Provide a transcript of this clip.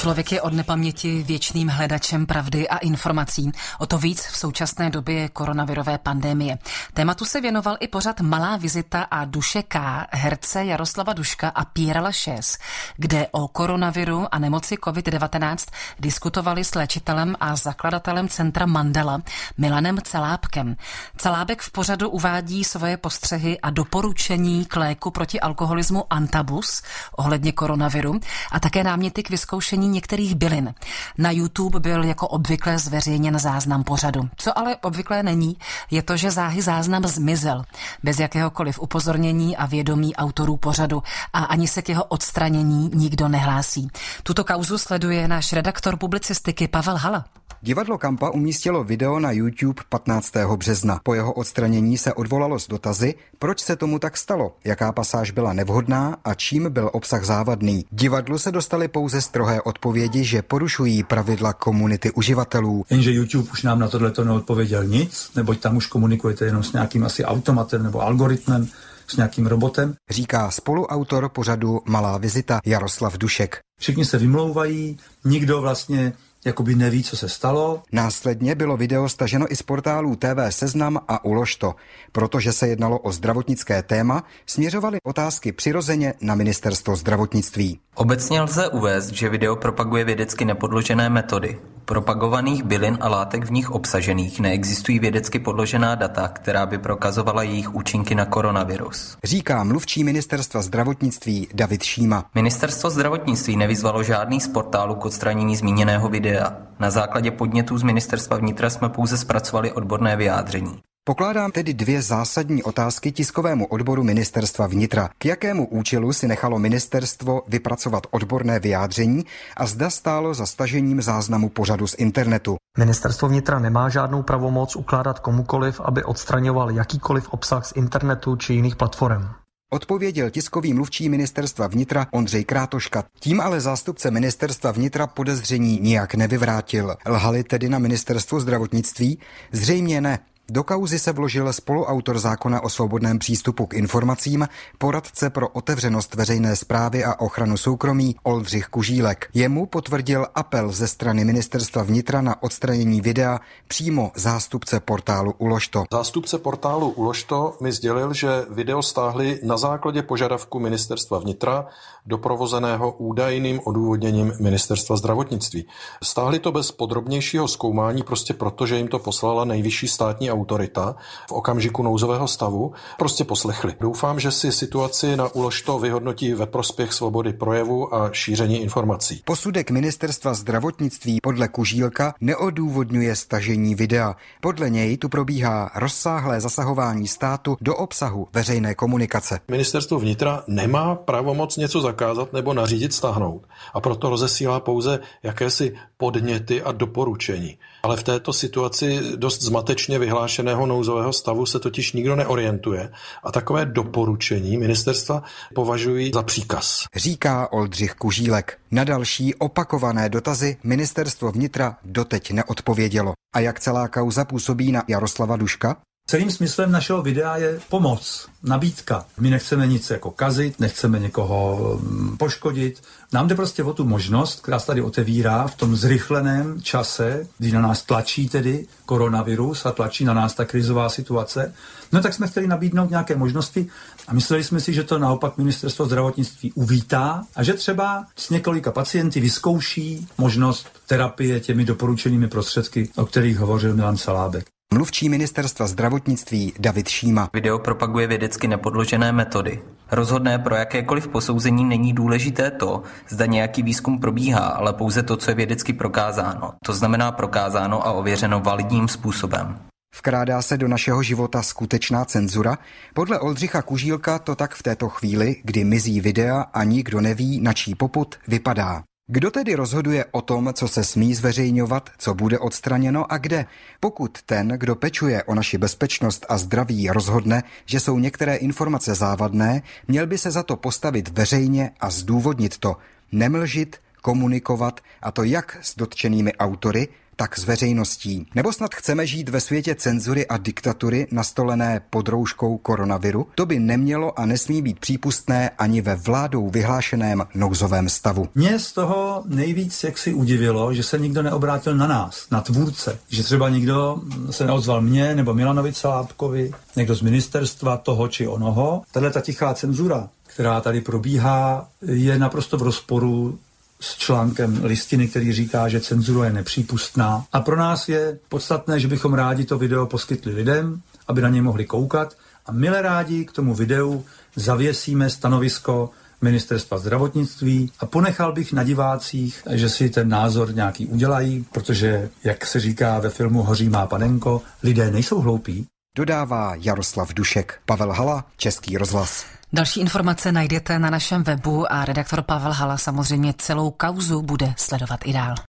Člověk je od nepaměti věčným hledačem pravdy a informací. O to víc v současné době koronavirové pandemie. Tématu se věnoval i pořad Malá vizita a Duše K. herce Jaroslava Duška a Pierre Lachaise, kde o koronaviru a nemoci COVID-19 diskutovali s léčitelem a zakladatelem centra Mandela Milanem Celábkem. Celábek v pořadu uvádí svoje postřehy a doporučení k léku proti alkoholismu Antabus ohledně koronaviru a také náměty k vyzkoušení některých bylin. Na YouTube byl jako obvykle zveřejněn záznam pořadu. Co ale obvyklé není, je to, že záhy záznam zmizel, bez jakéhokoliv upozornění a vědomí autorů pořadu a ani se k jeho odstranění nikdo nehlásí. Tuto kauzu sleduje náš redaktor publicistiky Pavel Hala. Divadlo Kampa umístilo video na YouTube 15. března. Po jeho odstranění se odvolalo s dotazy, proč se tomu tak stalo, jaká pasáž byla nevhodná a čím byl obsah závadný. Divadlu se dostaly pouze strohé odpovědi, že porušují pravidla komunity uživatelů. Jenže YouTube už nám na tohleto neodpověděl nic, neboť tam už komunikujete jenom s nějakým asi automatem nebo algoritmem, s nějakým robotem. Říká spoluautor pořadu Malá vizita Jaroslav Dušek. Všichni se vymlouvají, nikdo vlastně jakoby neví, co se stalo. Následně bylo video staženo i z portálů TV Seznam a Ulož to. Protože se jednalo o zdravotnické téma, směřovaly otázky přirozeně na ministerstvo zdravotnictví. Obecně lze uvést, že video propaguje vědecky nepodložené metody. Propagovaných bylin a látek v nich obsažených neexistují vědecky podložená data, která by prokazovala jejich účinky na koronavirus. Říká mluvčí ministerstva zdravotnictví David Šíma. Ministerstvo zdravotnictví nevyzvalo žádný z portálů k odstranění zmíněného videa. Na základě podnětů z ministerstva vnitra jsme pouze zpracovali odborné vyjádření. Pokládám tedy dvě zásadní otázky tiskovému odboru ministerstva vnitra. K jakému účelu si nechalo ministerstvo vypracovat odborné vyjádření a zda stálo za stažením záznamu pořadu z internetu? Ministerstvo vnitra nemá žádnou pravomoc ukládat komukoliv, aby odstraňoval jakýkoliv obsah z internetu či jiných platform. Odpověděl tiskový mluvčí ministerstva vnitra Ondřej Krátoška. Tím ale zástupce ministerstva vnitra podezření nijak nevyvrátil. Lhali tedy na ministerstvu zdravotnictví? Zřejmě ne. Do kauzy se vložil spoluautor zákona o svobodném přístupu k informacím, poradce pro otevřenost veřejné správy a ochranu soukromí Oldřich Kužílek. Jemu potvrdil apel ze strany ministerstva vnitra na odstranění videa přímo zástupce portálu Ulož to. Zástupce portálu Ulož to mi sdělil, že video stáhli na základě požadavku ministerstva vnitra, doprovozeného údajným odůvodněním ministerstva zdravotnictví. Stáhli to bez podrobnějšího zkoumání, prostě proto, že jim to poslala nejvyšší státní autorita v okamžiku nouzového stavu, prostě poslechli. Doufám, že si situaci na Ulož to vyhodnotí ve prospěch svobody projevu a šíření informací. Posudek ministerstva zdravotnictví podle Kužílka neodůvodňuje stažení videa. Podle něj tu probíhá rozsáhlé zasahování státu do obsahu veřejné komunikace. Ministerstvo vnitra nemá pravomoc něco zakázat nebo nařídit stáhnout a proto rozesílá pouze jakési podněty a doporučení. Ale v této situaci dost zmatečně vyhlášeného nouzového stavu se totiž nikdo neorientuje a takové doporučení ministerstva považují za příkaz. Říká Oldřich Kužílek. Na další opakované dotazy ministerstvo vnitra doteď neodpovědělo. A jak celá kauza působí na Jaroslava Duška? Celým smyslem našeho videa je pomoc, nabídka. My nechceme nic jako kazit, nechceme někoho poškodit. Nám jde prostě o tu možnost, která se tady otevírá v tom zrychleném čase, kdy na nás tlačí tedy koronavirus a tlačí na nás ta krizová situace. No tak jsme chtěli nabídnout nějaké možnosti a mysleli jsme si, že to naopak ministerstvo zdravotnictví uvítá a že třeba s několika pacienty vyzkouší možnost terapie těmi doporučenými prostředky, o kterých hovořil Milan Celábek. Mluvčí ministerstva zdravotnictví David Šíma. Video propaguje vědecky nepodložené metody. Rozhodné pro jakékoliv posouzení není důležité to, zda nějaký výzkum probíhá, ale pouze to, co je vědecky prokázáno. To znamená prokázáno a ověřeno validním způsobem. Vkrádá se do našeho života skutečná cenzura? Podle Oldřicha Kužílka to tak v této chvíli, kdy mizí videa a nikdo neví, na čí popud, vypadá. Kdo tedy rozhoduje o tom, co se smí zveřejňovat, co bude odstraněno a kde? Pokud ten, kdo pečuje o naši bezpečnost a zdraví, rozhodne, že jsou některé informace závadné, měl by se za to postavit veřejně a zdůvodnit to. Nemlžit, komunikovat, a to jak s dotčenými autory, tak s veřejností. Nebo snad chceme žít ve světě cenzury a diktatury nastolené pod rouškou koronaviru? To by nemělo a nesmí být přípustné ani ve vládou vyhlášeném nouzovém stavu. Mě z toho nejvíc jaksi udivilo, že se nikdo neobrátil na nás, na tvůrce. Že třeba nikdo se neozval mě nebo Milanovi Salátkovi, někdo z ministerstva toho či onoho. Tato tichá cenzura, která tady probíhá, je naprosto v rozporu s článkem listiny, který říká, že cenzura je nepřípustná. A pro nás je podstatné, že bychom rádi to video poskytli lidem, aby na ně mohli koukat. A milé rádi k tomu videu zavěsíme stanovisko Ministerstva zdravotnictví a ponechal bych na divácích, že si ten názor nějaký udělají, protože, jak se říká ve filmu Hoří má panenko, lidé nejsou hloupí. Dodává Jaroslav Dušek. Pavel Hala, Český rozhlas. Další informace najdete na našem webu a redaktor Pavel Hala samozřejmě celou kauzu bude sledovat i dál.